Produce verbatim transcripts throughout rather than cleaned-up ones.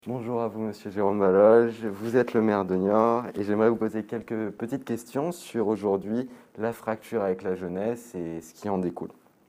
Bonjour à vous, monsieur Jérôme Baloge. Vous êtes le maire de Niort et j'aimerais vous poser quelques petites questions sur aujourd'hui la fracture avec la jeunesse et ce qui en découle.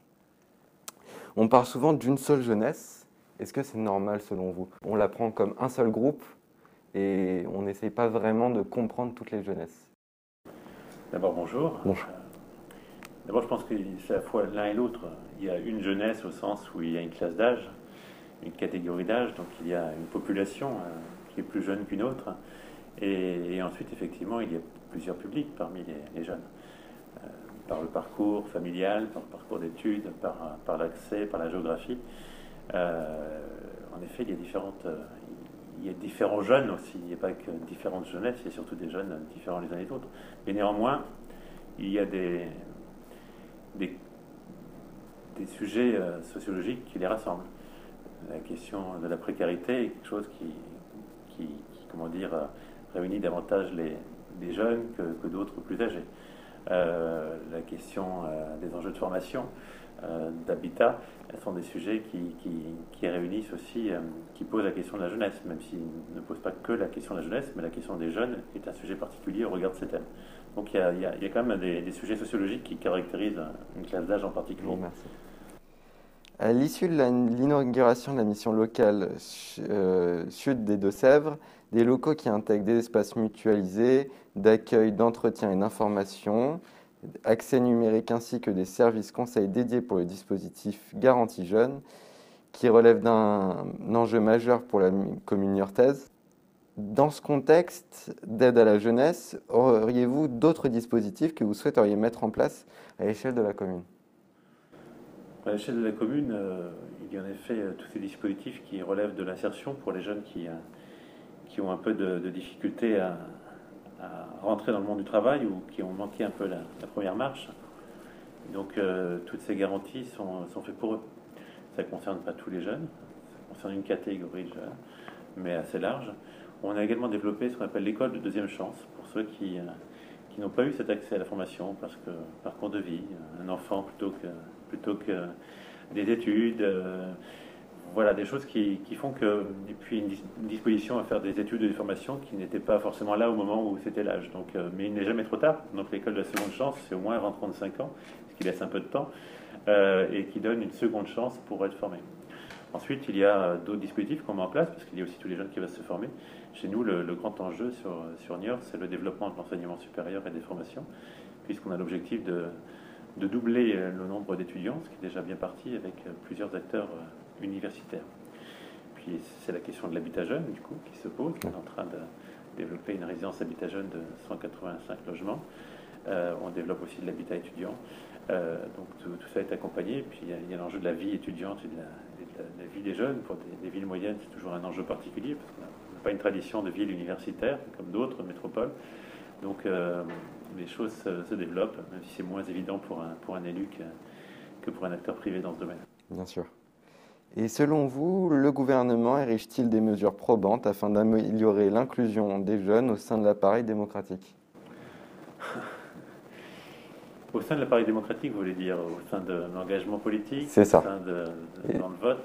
On parle souvent d'une seule jeunesse. Est-ce que c'est normal selon vous? On la prend comme un seul groupe et on n'essaye pas vraiment de comprendre toutes les jeunesses. D'abord, bonjour. Bonjour. D'abord, je pense que c'est à la fois l'un et l'autre. Il y a une jeunesse au sens où il y a une classe d'âge, une catégorie d'âge, donc il y a une population euh, qui est plus jeune qu'une autre. Et, et ensuite, effectivement, il y a plusieurs publics parmi les, les jeunes. Euh, par le parcours familial, par le parcours d'études, par, par l'accès, par la géographie. Euh, en effet, il y a différentes... euh, il y a différents jeunes aussi. Il n'y a pas que différentes jeunesses, il y a surtout des jeunes différents les uns des autres. Mais néanmoins, il y a des, des, des sujets euh, sociologiques qui les rassemblent. La question de la précarité est quelque chose qui, qui, qui comment dire, euh, réunit davantage les, les jeunes que, que d'autres plus âgés. Euh, la question euh, des enjeux de formation, euh, d'habitat, elles sont des sujets qui, qui, qui réunissent aussi, euh, qui posent la question de la jeunesse, même s'ils ne posent pas que la question de la jeunesse, mais la question des jeunes est un sujet particulier au regard de ces thèmes. Donc il y a, il y a, il y a quand même des, des sujets sociologiques qui caractérisent une classe d'âge en particulier. Bon, merci. À l'issue de l'inauguration de la mission locale euh, Sud des Deux-Sèvres, des locaux qui intègrent des espaces mutualisés, d'accueil, d'entretien et d'information, accès numérique ainsi que des services conseils dédiés pour le dispositif Garantie Jeunes, qui relève d'un enjeu majeur pour la commune niortaise. Dans ce contexte d'aide à la jeunesse, auriez-vous d'autres dispositifs que vous souhaiteriez mettre en place à l'échelle de la commune ? À l'échelle de la commune, euh, il y a en effet euh, tous ces dispositifs qui relèvent de l'insertion pour les jeunes qui, euh, qui ont un peu de, de difficulté à, à rentrer dans le monde du travail ou qui ont manqué un peu la, la première marche. Donc euh, toutes ces garanties sont, sont faites pour eux. Ça ne concerne pas tous les jeunes, ça concerne une catégorie de jeunes, mais assez large. On a également développé ce qu'on appelle l'école de deuxième chance pour ceux qui, euh, qui n'ont pas eu cet accès à la formation parce que parcours de vie, un enfant plutôt que, plutôt que des études, euh, voilà, des choses qui, qui font que, et puis une, dis une disposition à faire des études et des formations qui n'étaient pas forcément là au moment où c'était l'âge. Donc, euh, mais il n'est jamais trop tard. Donc l'école de la seconde chance, c'est au moins avant trente-cinq ans, ce qui laisse un peu de temps, euh, et qui donne une seconde chance pour être formé. Ensuite, il y a d'autres dispositifs qu'on met en place, parce qu'il y a aussi tous les jeunes qui veulent se former. Chez nous, le, le grand enjeu sur, sur Niort, c'est le développement de l'enseignement supérieur et des formations, puisqu'on a l'objectif de, de doubler le nombre d'étudiants, ce qui est déjà bien parti avec plusieurs acteurs universitaires. Puis c'est la question de l'habitat jeune, du coup, qui se pose. On est en train de développer une résidence habitat jeune de cent quatre-vingt-cinq logements. Euh, on développe aussi de l'habitat étudiant. Euh, donc tout, tout ça est accompagné. Et puis il y a, a l'enjeu de la vie étudiante et de la, de la, de la vie des jeunes. Pour des, des villes moyennes, c'est toujours un enjeu particulier parce qu'on n'a pas une tradition de ville universitaire comme d'autres métropoles. Donc euh, les choses se, se développent, même si c'est moins évident pour un, pour un élu que, que pour un acteur privé dans ce domaine. Bien sûr. Et selon vous, le gouvernement érige-t-il des mesures probantes afin d'améliorer l'inclusion des jeunes au sein de l'appareil démocratique ? Au sein de l'appareil démocratique, vous voulez dire au sein de l'engagement politique, C'est ça. au sein de, de, dans le vote.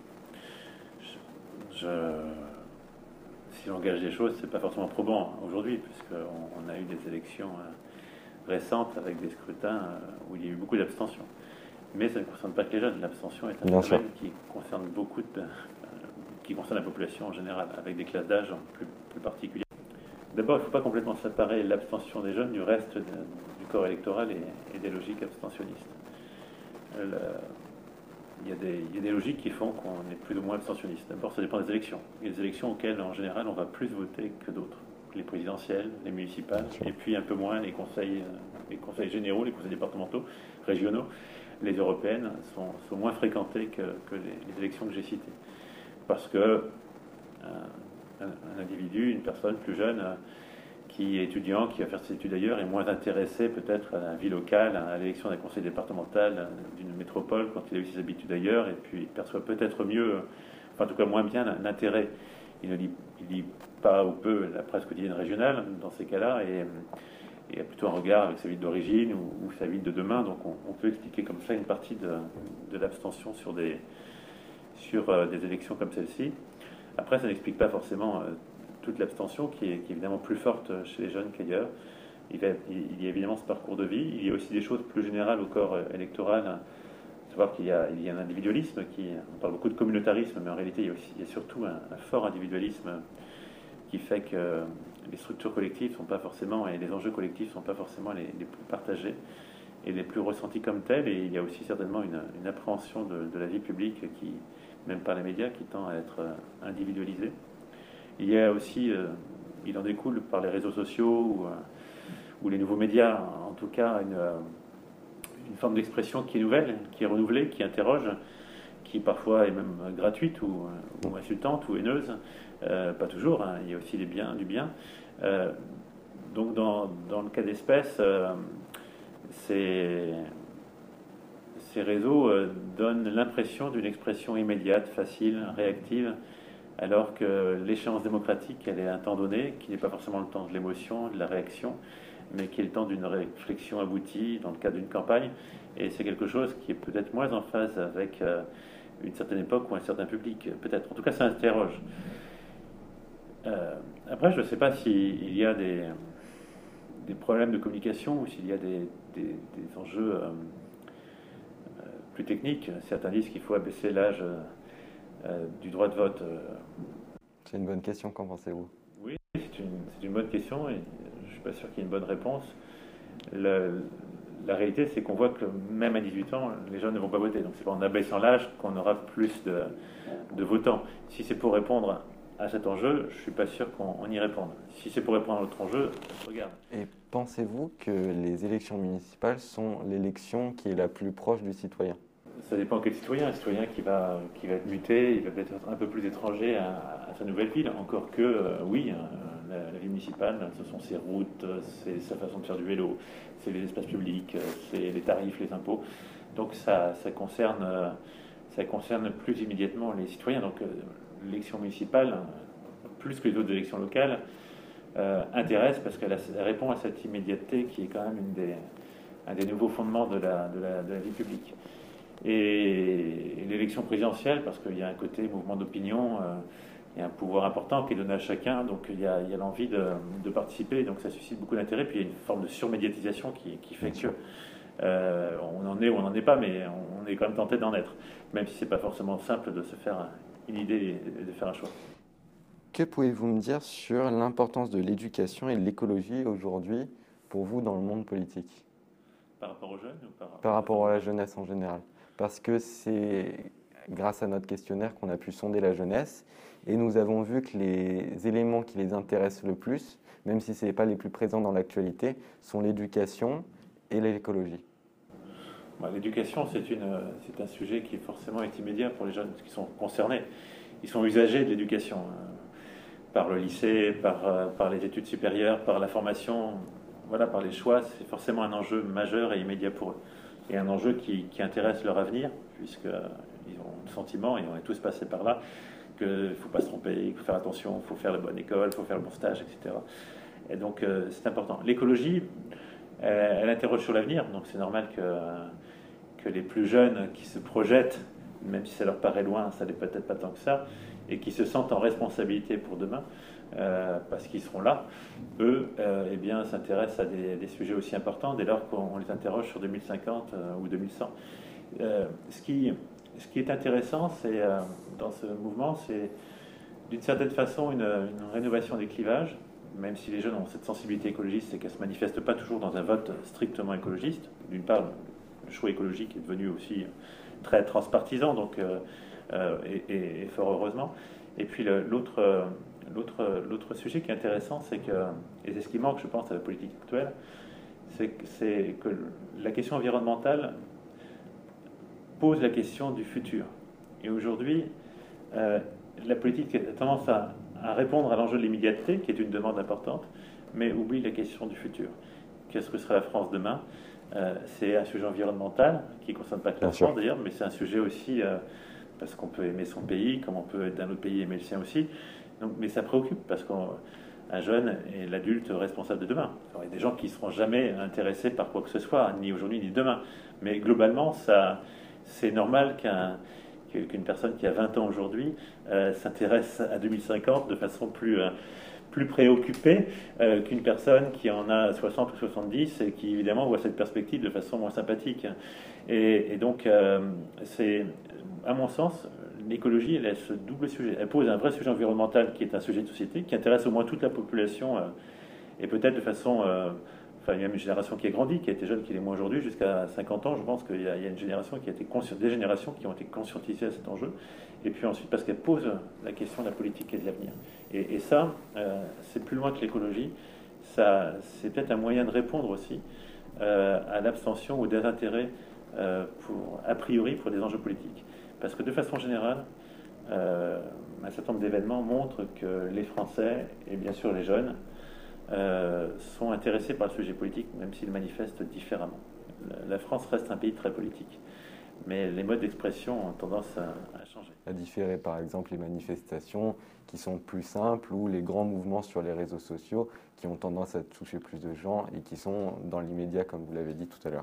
Je, je, si j'engage des choses, c'est pas forcément probant aujourd'hui, puisqu'on on a eu des élections euh, récentes avec des scrutins euh, où il y a eu beaucoup d'abstention. Mais ça ne concerne pas que les jeunes. L'abstention est un Bien phénomène sûr. qui concerne beaucoup de, euh, qui concerne la population en général, avec des classes d'âge plus, plus particulières. D'abord, il ne faut pas complètement séparer l'abstention des jeunes du reste de, du corps électoral et, et des logiques abstentionnistes. Le, il, y a des, il y a des logiques qui font qu'on est plus ou moins abstentionniste. D'abord, ça dépend des élections. Il y a des élections auxquelles, en général, on va plus voter que d'autres. Les présidentielles, les municipales, et puis un peu moins les conseils, les conseils généraux, les conseils départementaux, régionaux. Les européennes sont, sont moins fréquentées que, que les, les élections que j'ai citées. Parce que euh, un, un individu, une personne plus jeune, euh, qui est étudiant, qui va faire ses études ailleurs, est moins intéressé peut-être à la vie locale, à l'élection d'un conseil départemental d'une métropole quand il a eu ses habitudes ailleurs, et puis il perçoit peut-être mieux, enfin en tout cas moins bien, l'intérêt. Il ne lit, il lit pas ou peu la presse quotidienne régionale dans ces cas-là, et il y a plutôt un regard avec sa ville d'origine ou, ou sa ville de demain. Donc on, on peut expliquer comme ça une partie de, de l'abstention sur des, sur euh, des élections comme celle-ci. Après, ça n'explique pas forcément euh, toute l'abstention qui est, qui est évidemment plus forte chez les jeunes qu'ailleurs. Il, il y a évidemment ce parcours de vie. Il y a aussi des choses plus générales au corps électoral. Savoir qu'il y a, il y a un individualisme, qui, on parle beaucoup de communautarisme, mais en réalité, il y a, aussi, il y a surtout un, un fort individualisme qui fait que les structures collectives sont pas forcément, et les enjeux collectifs ne sont pas forcément les, les plus partagés et les plus ressentis comme tels. Et il y a aussi certainement une, une appréhension de, de la vie publique, qui, même par les médias, qui tend à être individualisée. Il y a aussi, euh, il en découle par les réseaux sociaux ou, ou les nouveaux médias, en tout cas, une, une forme d'expression qui est nouvelle, qui est renouvelée, qui interroge, qui parfois est même gratuite ou, ou insultante ou haineuse. Euh, pas toujours, hein, il y a aussi des biens, du bien. Euh, donc dans, dans le cas d'espèce, euh, ces, ces réseaux euh, donnent l'impression d'une expression immédiate, facile, réactive, alors que l'échéance démocratique, elle est un temps donné, qui n'est pas forcément le temps de l'émotion, de la réaction, mais qui est le temps d'une réflexion aboutie dans le cadre d'une campagne. Et c'est quelque chose qui est peut-être moins en phase avec euh, une certaine époque ou un certain public, peut-être. En tout cas, ça interroge. Euh, après, je ne sais pas s'il y a des, des problèmes de communication ou s'il y a des, des, des enjeux euh, euh, plus techniques. Certains disent qu'il faut abaisser l'âge euh, du droit de vote. C'est une bonne question, qu'en pensez-vous? Oui, c'est une, c'est une bonne question et je ne suis pas sûr qu'il y ait une bonne réponse. Le, la réalité, c'est qu'on voit que même à dix-huit ans, les jeunes ne vont pas voter. Donc, c'est pas en abaissant l'âge qu'on aura plus de, de votants. Si c'est pour répondre à cet enjeu, je ne suis pas sûr qu'on y réponde. Si c'est pour répondre à l'autre enjeu, regarde. Et pensez-vous que les élections municipales sont l'élection qui est la plus proche du citoyen? Ça dépend quel citoyen. Un citoyen qui va, qui va être muté, il va peut-être être un peu plus étranger à, à sa nouvelle ville. Encore que, euh, oui, la, la vie municipale, ce sont ses routes, c'est sa façon de faire du vélo, c'est les espaces publics, c'est les tarifs, les impôts. Donc ça, ça, concerne, ça concerne plus immédiatement les citoyens. Donc l'élection municipale, plus que les autres élections locales, euh, intéresse parce qu'elle répond à cette immédiateté qui est quand même une des, un des nouveaux fondements de la, de la, de la vie publique. Et, et l'élection présidentielle, parce qu'il y a un côté mouvement d'opinion, euh, il y a un pouvoir important qui est donné à chacun, donc il y a, il y a l'envie de, de participer, donc ça suscite beaucoup d'intérêt. Puis il y a une forme de surmédiatisation qui, qui fait que euh, on en est ou on n'en est pas, mais on est quand même tenté d'en être, même si c'est pas forcément simple de se faire une idée et de faire un choix. Que pouvez-vous me dire sur l'importance de l'éducation et de l'écologie aujourd'hui pour vous dans le monde politique? Par rapport aux jeunes ou par, par rapport à la jeunesse en général? Parce que c'est grâce à notre questionnaire qu'on a pu sonder la jeunesse et nous avons vu que les éléments qui les intéressent le plus, même si ce n'est pas les plus présents dans l'actualité, sont l'éducation et l'écologie. L'éducation, c'est, une, c'est un sujet qui forcément est immédiat pour les jeunes qui sont concernés. Ils sont usagers de l'éducation, par le lycée, par, par les études supérieures, par la formation, voilà, par les choix. C'est forcément un enjeu majeur et immédiat pour eux. Et un enjeu qui, qui intéresse leur avenir, puisqu'ils ont le sentiment, et on est tous passés par là, qu'il ne faut pas se tromper, il faut faire attention, il faut faire la bonne école, il faut faire le bon stage, et cetera. Et donc, euh, c'est important. L'écologie, elle, elle interroge sur l'avenir, donc c'est normal que... que les plus jeunes qui se projettent, même si ça leur paraît loin, ça n'est peut-être pas tant que ça, et qui se sentent en responsabilité pour demain, euh, parce qu'ils seront là, eux, euh, eh bien, s'intéressent à des, des sujets aussi importants dès lors qu'on les interroge sur deux mille cinquante euh, ou deux mille cent. Euh, ce, qui, ce qui est intéressant, c'est euh, dans ce mouvement, c'est d'une certaine façon une, une rénovation des clivages, même si les jeunes ont cette sensibilité écologiste, c'est qu'elle ne se manifeste pas toujours dans un vote strictement écologiste. D'une part, le choix écologique est devenu aussi très transpartisan, donc, euh, euh, et, et, et fort heureusement. Et puis le, l'autre, euh, l'autre, l'autre sujet qui est intéressant, c'est que, et c'est ce qui manque, je pense, à la politique actuelle, c'est, c'est que la question environnementale pose la question du futur. Et aujourd'hui, euh, la politique a tendance à, à répondre à l'enjeu de l'immédiateté, qui est une demande importante, mais oublie la question du futur. Qu'est-ce que sera la France demain ? Euh, c'est un sujet environnemental qui ne concerne pas que la France d'ailleurs, mais c'est un sujet aussi euh, parce qu'on peut aimer son pays, comme on peut être d'un autre pays aimer le sien aussi. Donc, mais ça préoccupe parce qu'un jeune est l'adulte responsable de demain. Alors, il y a des gens qui ne seront jamais intéressés par quoi que ce soit, ni aujourd'hui ni demain. Mais globalement, ça, c'est normal qu'un, qu'une personne qui a vingt ans aujourd'hui euh, s'intéresse à deux mille cinquante de façon plus, euh, plus préoccupée euh, qu'une personne qui en a soixante ou soixante-dix et qui évidemment voit cette perspective de façon moins sympathique. Et, et donc, euh, c'est, à mon sens, l'écologie, elle a ce double sujet. Elle pose un vrai sujet environnemental qui est un sujet de société, qui intéresse au moins toute la population euh, et peut-être de façon... Euh, Enfin, il y a même une génération qui a grandi, qui a été jeune, qui l'est moins aujourd'hui, jusqu'à cinquante ans. Je pense qu'il y, y a une génération qui a été conscient, des générations qui ont été conscientisées à cet enjeu. Et puis ensuite, parce qu'elle pose la question de la politique et de l'avenir. Et, et ça, euh, c'est plus loin que l'écologie. Ça, c'est peut-être un moyen de répondre aussi euh, à l'abstention ou désintérêt euh, pour, a priori, pour des enjeux politiques. Parce que de façon générale, euh, un certain nombre d'événements montrent que les Français, et bien sûr les jeunes, Euh, sont intéressés par le sujet politique, même s'ils manifestent différemment. La France reste un pays très politique, mais les modes d'expression ont tendance à, à changer. À différer par exemple les manifestations qui sont plus simples ou les grands mouvements sur les réseaux sociaux qui ont tendance à toucher plus de gens et qui sont dans l'immédiat, comme vous l'avez dit tout à l'heure.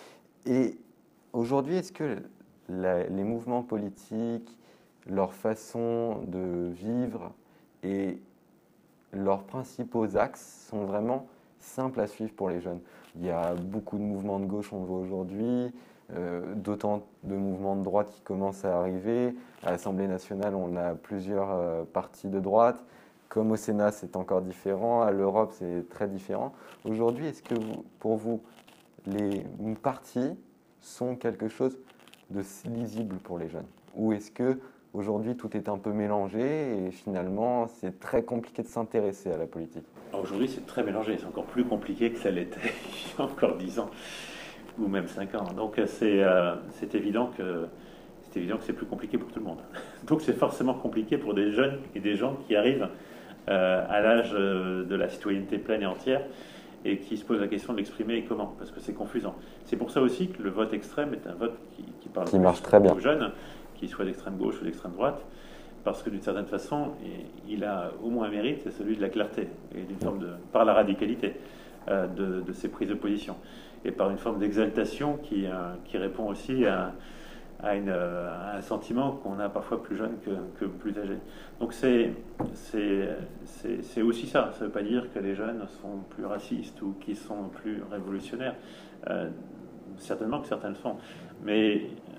Et aujourd'hui, est-ce que la, les mouvements politiques, leur façon de vivre et leurs principaux axes sont vraiment simples à suivre pour les jeunes? Il y a beaucoup de mouvements de gauche, on le voit aujourd'hui, euh, d'autant de mouvements de droite qui commencent à arriver. À l'Assemblée nationale, on a plusieurs euh, partis de droite. Comme au Sénat, c'est encore différent. À l'Europe, c'est très différent. Aujourd'hui, est-ce que vous, pour vous, les partis sont quelque chose de lisible pour les jeunes? Ou est-ce que aujourd'hui, tout est un peu mélangé et finalement, c'est très compliqué de s'intéresser à la politique? Aujourd'hui, c'est très mélangé. C'est encore plus compliqué que ça l'était il y a encore dix ans ou même cinq ans. Donc, c'est euh, c'est évident que c'est évident que c'est plus compliqué pour tout le monde. Donc, c'est forcément compliqué pour des jeunes et des gens qui arrivent euh, à l'âge de la citoyenneté pleine et entière et qui se posent la question de l'exprimer et comment, parce que c'est confusant. C'est pour ça aussi que le vote extrême est un vote qui, qui parle qui marche très bien aux jeunes, qu'il soit d'extrême gauche ou d'extrême droite, parce que d'une certaine façon, il a au moins un mérite, c'est celui de la clarté, et d'une forme de, par la radicalité euh, de, de ses prises de position, et par une forme d'exaltation qui, euh, qui répond aussi à, à, une, à un sentiment qu'on a parfois plus jeune que, que plus âgé. Donc c'est, c'est, c'est, c'est aussi ça, ça ne veut pas dire que les jeunes sont plus racistes ou qu'ils sont plus révolutionnaires, euh, certainement que certains le sont, mais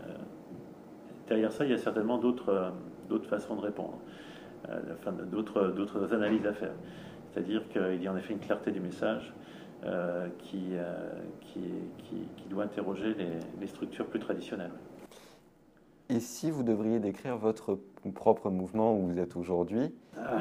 derrière ça, il y a certainement d'autres, euh, d'autres façons de répondre, euh, enfin, d'autres, d'autres analyses à faire. C'est-à-dire qu'il y a en effet une clarté du message euh, qui, euh, qui, qui, qui doit interroger les, les structures plus traditionnelles. Et si vous devriez décrire votre propre mouvement où vous êtes aujourd'hui? Ah.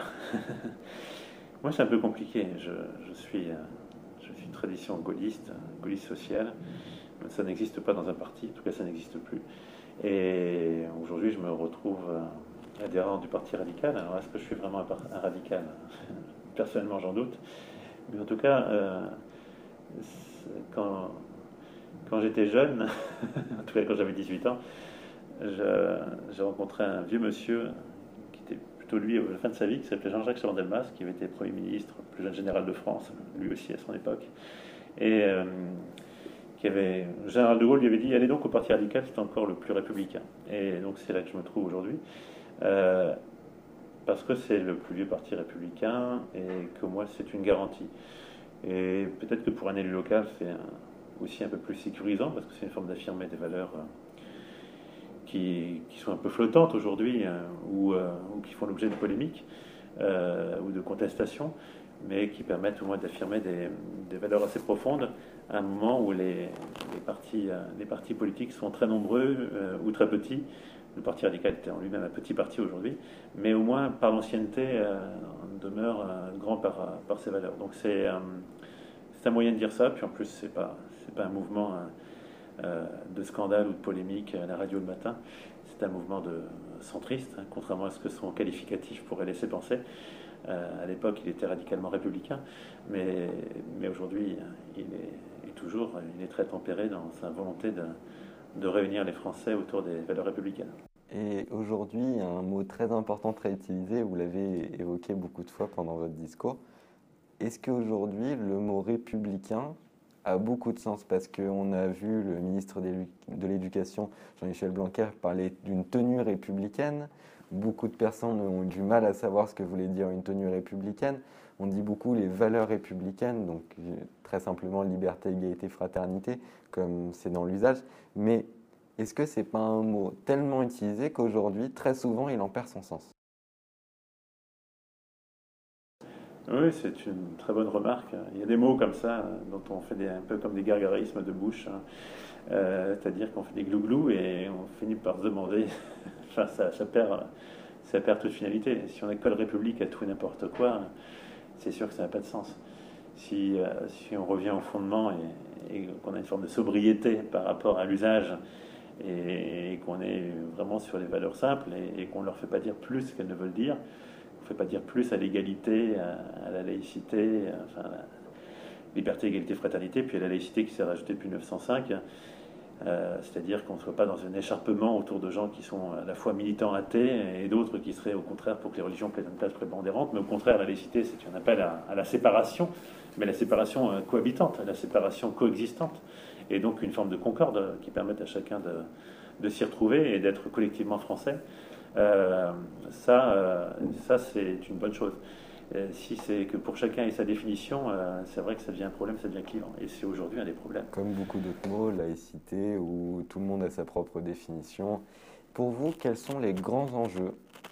Moi, c'est un peu compliqué. Je, je, suis, je suis une tradition gaulliste, gaulliste sociale. Ça n'existe pas dans un parti, en tout cas, ça n'existe plus. Et aujourd'hui, je me retrouve adhérent du Parti radical. Alors, est-ce que je suis vraiment un, un radical? Personnellement, j'en doute. Mais en tout cas, euh, quand, quand j'étais jeune, en tout cas quand j'avais dix-huit ans, j'ai rencontré un vieux monsieur qui était plutôt lui à la fin de sa vie, qui s'appelait Jean-Jacques Chaban-Delmas, qui avait été Premier ministre, plus jeune général de France, lui aussi à son époque. Et euh, qui avait, Général de Gaulle lui avait dit, allez donc au Parti radical, c'est encore le plus républicain. Et donc c'est là que je me trouve aujourd'hui. Euh, parce que c'est le plus vieux parti républicain et que moi c'est une garantie. Et peut-être que pour un élu local c'est aussi un peu plus sécurisant parce que c'est une forme d'affirmer des valeurs qui, qui sont un peu flottantes aujourd'hui hein, ou, euh, ou qui font l'objet de polémiques euh, ou de contestations, mais qui permettent au moins d'affirmer des, des valeurs assez profondes à un moment où les, les, partis, les partis politiques sont très nombreux euh, ou très petits. Le Parti radical était en lui-même un petit parti aujourd'hui, mais au moins par l'ancienneté, euh, on demeure euh, grand par, par ses valeurs. Donc c'est euh, un moyen de dire ça, puis en plus c'est pas, c'est pas un mouvement euh, de scandale ou de polémique à la radio le matin, c'est un mouvement de centriste, hein, contrairement à ce que son qualificatif pourrait laisser penser. Euh, à l'époque il était radicalement républicain, mais, mais aujourd'hui il est, est toujours il est très tempéré dans sa volonté de de réunir les Français autour des valeurs républicaines. Et aujourd'hui, il y a un mot très important, très utilisé, vous l'avez évoqué beaucoup de fois pendant votre discours. Est-ce qu'aujourd'hui, le mot républicain a beaucoup de sens parce qu'on a vu le ministre de l'Éducation, Jean-Michel Blanquer, parler d'une tenue républicaine. Beaucoup de personnes ont eu du mal à savoir ce que voulait dire une tenue républicaine. On dit beaucoup les valeurs républicaines, donc très simplement liberté, égalité, fraternité, comme c'est dans l'usage. Mais est-ce que ce n'est pas un mot tellement utilisé qu'aujourd'hui, très souvent, il en perd son sens? Oui, c'est une très bonne remarque. Il y a des mots comme ça dont on fait des, un peu comme des gargarismes de bouche, hein. Euh, c'est-à-dire qu'on fait des glouglous et on finit par se demander. Enfin, ça, ça, perd, ça perd toute finalité. Si on école République à tout et n'importe quoi, c'est sûr que ça n'a pas de sens. Si, euh, si on revient au fondement et, et qu'on a une forme de sobriété par rapport à l'usage et, et qu'on est vraiment sur les valeurs simples et, et qu'on ne leur fait pas dire plus qu'elles ne veulent dire, on ne fait pas dire plus à l'égalité, à, à la laïcité, enfin, la liberté, égalité, fraternité, puis à la laïcité qui s'est rajoutée depuis mille neuf cent cinq. Euh, c'est-à-dire qu'on ne soit pas dans un écharpement autour de gens qui sont à la fois militants athées et d'autres qui seraient au contraire pour que les religions prennent une place prépondérante, mais au contraire la laïcité c'est un appel à, à la séparation, mais la séparation euh, cohabitante, la séparation coexistante, et donc une forme de concorde qui permette à chacun de, de s'y retrouver et d'être collectivement français. Euh, ça, euh, ça c'est une bonne chose. Euh, si c'est que pour chacun ait sa définition, euh, c'est vrai que ça devient un problème, ça devient clivant. Et c'est aujourd'hui un des problèmes. Comme beaucoup d'autres mots, laïcité, où tout le monde a sa propre définition. Pour vous, quels sont les grands enjeux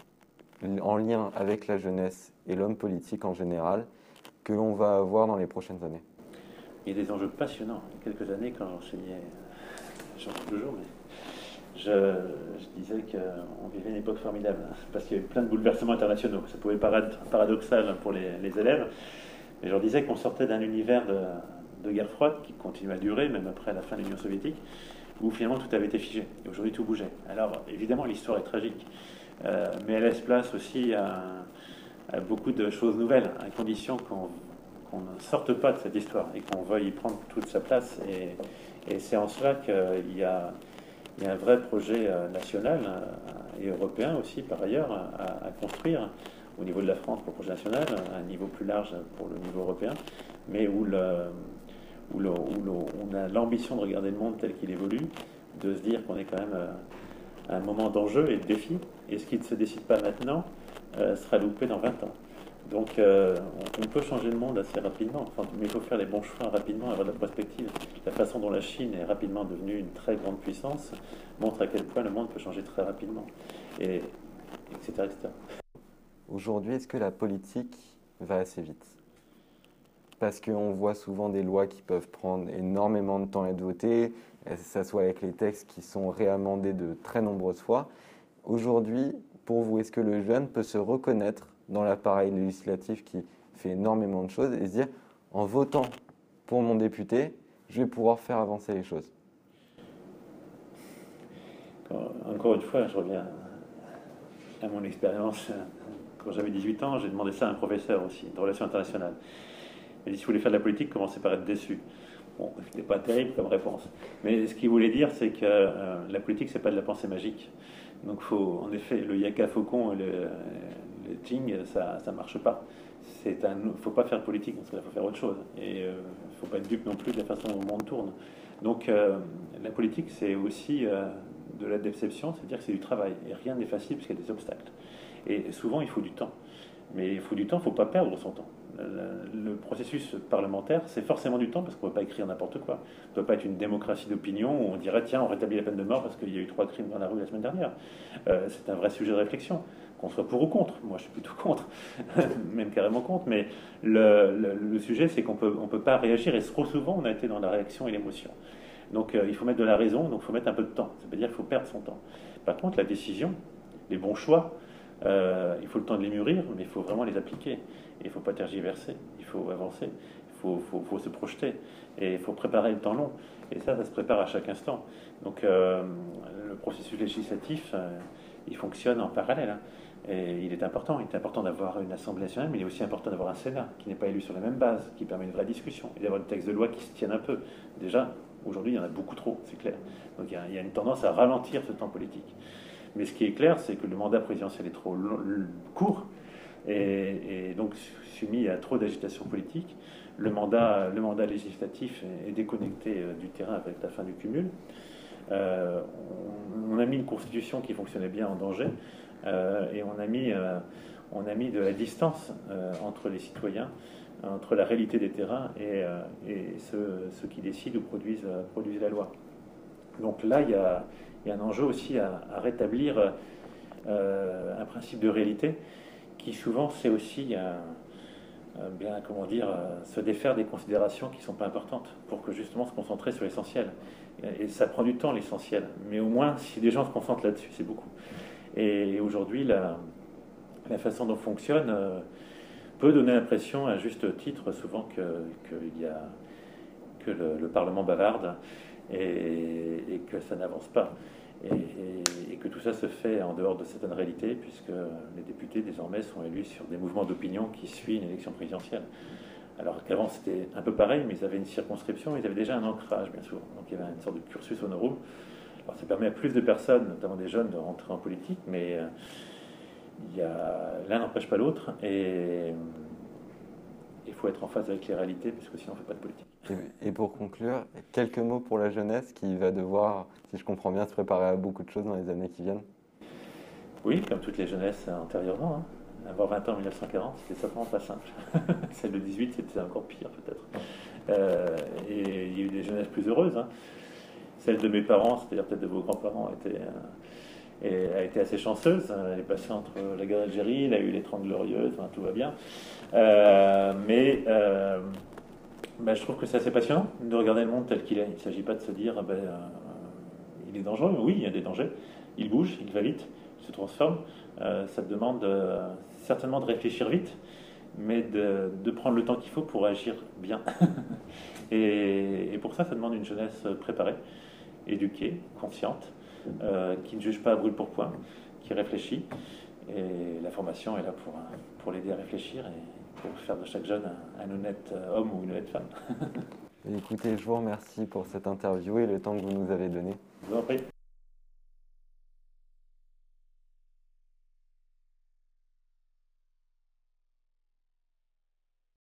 en lien avec la jeunesse et l'homme politique en général que l'on va avoir dans les prochaines années? Il y a des enjeux passionnants. Il y a quelques années, quand j'enseignais, j'en fais toujours, mais je, je disais qu'on vivait une époque formidable, parce qu'il y avait plein de bouleversements internationaux. Ça pouvait paraître paradoxal pour les, les élèves, mais je leur disais qu'on sortait d'un univers de, de guerre froide qui continue à durer, même après la fin de l'Union soviétique, où finalement tout avait été figé. Et aujourd'hui, tout bougeait. Alors, évidemment, l'histoire est tragique, euh, mais elle laisse place aussi à, à beaucoup de choses nouvelles, à condition qu'on qu'on ne sorte pas de cette histoire et qu'on veuille y prendre toute sa place. Et, et c'est en cela qu'il y a, il y a un vrai projet national et européen aussi, par ailleurs, à, à construire au niveau de la France pour le projet national, à un niveau plus large pour le niveau européen, mais où, le, où, le, où le, on a l'ambition de regarder le monde tel qu'il évolue, de se dire qu'on est quand même à un moment d'enjeu et de défi, et ce qui ne se décide pas maintenant euh, sera loupé dans vingt ans. Donc euh, on peut changer le monde assez rapidement, enfin, mais il faut faire les bons choix rapidement, avoir de la prospective. La façon dont la Chine est rapidement devenue une très grande puissance montre à quel point le monde peut changer très rapidement, et, etc., et cetera. Aujourd'hui, est-ce que la politique va assez vite? Parce qu'on voit souvent des lois qui peuvent prendre énormément de temps à être votées, que ce soit avec les textes qui sont réamendés de très nombreuses fois. Aujourd'hui, pour vous, est-ce que le jeune peut se reconnaître dans l'appareil législatif qui fait énormément de choses et se dire, en votant pour mon député, je vais pouvoir faire avancer les choses? Encore une fois, je reviens à mon expérience. Quand j'avais dix-huit ans, j'ai demandé ça à un professeur aussi, de relations internationales. Il m'a dit, si vous voulez faire de la politique, commencez par être déçu. Bon, ce n'est pas terrible comme réponse. Mais ce qu'il voulait dire, c'est que euh, la politique, c'est pas de la pensée magique. Donc, faut, en effet, le yaka faucon et le, le ting, ça ne marche pas. Il ne faut pas faire politique, parce qu'il faut faire autre chose. Et il euh, ne faut pas être dupe non plus de la façon dont le monde tourne. Donc, euh, la politique, c'est aussi euh, de la déception, c'est-à-dire que c'est du travail. Et rien n'est facile, puisqu'il y a des obstacles. Et souvent, il faut du temps. Mais il faut du temps, il ne faut pas perdre son temps. Le, le processus parlementaire, c'est forcément du temps, parce qu'on ne peut pas écrire n'importe quoi. Ça ne peut pas être une démocratie d'opinion où on dirait, tiens, on rétablit la peine de mort parce qu'il y a eu trois crimes dans la rue la semaine dernière. Euh, c'est un vrai sujet de réflexion, qu'on soit pour ou contre. Moi, je suis plutôt contre, même carrément contre. Mais le, le, le sujet, c'est qu'on peut, on peut pas réagir, et trop souvent, on a été dans la réaction et l'émotion. Donc, euh, il faut mettre de la raison, donc il faut mettre un peu de temps. Ça veut dire qu'il faut perdre son temps. Par contre, la décision, les bons choix, Euh, il faut le temps de les mûrir, mais il faut vraiment les appliquer. Et il ne faut pas tergiverser, il faut avancer, il faut, faut, faut se projeter, et il faut préparer le temps long. Et ça, ça se prépare à chaque instant. Donc euh, le processus législatif, euh, il fonctionne en parallèle. Hein. Et il est important, il est important d'avoir une Assemblée nationale, mais il est aussi important d'avoir un Sénat qui n'est pas élu sur les mêmes bases, qui permet une vraie discussion, et d'avoir des textes de loi qui se tiennent un peu. Déjà, aujourd'hui, il y en a beaucoup trop, c'est clair. Donc il y a, il y a une tendance à ralentir ce temps politique. Mais ce qui est clair, c'est que le mandat présidentiel est trop long, court, et, et donc soumis à trop d'agitation politique. Le mandat, le mandat législatif est, est déconnecté euh, du terrain avec la fin du cumul. Euh, on, on a mis une constitution qui fonctionnait bien en danger, euh, et on a mis, euh, on a mis de la distance euh, entre les citoyens, entre la réalité des terrains et, euh, et ceux, ceux qui décident ou produisent, euh, produisent la loi. Donc là, il y a, il y a un enjeu aussi à, à rétablir euh, un principe de réalité qui souvent c'est aussi un, un bien, comment dire, se défaire des considérations qui ne sont pas importantes pour que justement se concentrer sur l'essentiel. Et ça prend du temps l'essentiel, mais au moins si des gens se concentrent là-dessus, c'est beaucoup. Et aujourd'hui, la, la façon dont fonctionne euh, peut donner l'impression, à juste titre, souvent que, que, y a, que le, le Parlement bavarde et, et que ça n'avance pas. Et, et, et que tout ça se fait en dehors de certaines réalités, puisque les députés désormais sont élus sur des mouvements d'opinion qui suivent une élection présidentielle. Alors qu'avant c'était un peu pareil, mais ils avaient une circonscription, ils avaient déjà un ancrage bien souvent. Donc il y avait une sorte de cursus honorum. Alors ça permet à plus de personnes, notamment des jeunes, de rentrer en politique, mais euh, il y a, l'un n'empêche pas l'autre, et il faut être en phase avec les réalités, parce que sinon on ne fait pas de politique. Et, et pour conclure, quelques mots pour la jeunesse qui va devoir, si je comprends bien, se préparer à beaucoup de choses dans les années qui viennent. Oui, comme toutes les jeunesses antérieurement. Hein. Avoir vingt ans en mille neuf cent quarante, c'était certainement pas simple. Celle de dix-huit, c'était encore pire peut-être. Euh, et il y a eu des jeunesses plus heureuses. Hein. Celle de mes parents, c'est-à-dire peut-être de vos grands-parents, était, euh, et a été assez chanceuse. Elle est passée entre la guerre d'Algérie, elle a eu les Trente Glorieuses, enfin, tout va bien. Euh, mais euh, ben, je trouve que c'est assez passionnant de regarder le monde tel qu'il est. Il ne s'agit pas de se dire, ben, euh, il est dangereux. Oui, il y a des dangers. Il bouge, il va vite, il se transforme. Euh, ça demande euh, certainement de réfléchir vite, mais de, de prendre le temps qu'il faut pour agir bien. et, et pour ça, ça demande une jeunesse préparée, éduquée, consciente, euh, qui ne juge pas à brûle pour point, qui réfléchit. Et la formation est là pour, pour l'aider à réfléchir et pour faire de chaque jeune un, un honnête homme ou une honnête femme. Écoutez, je vous remercie pour cette interview et le temps que vous nous avez donné. Je vous en prie.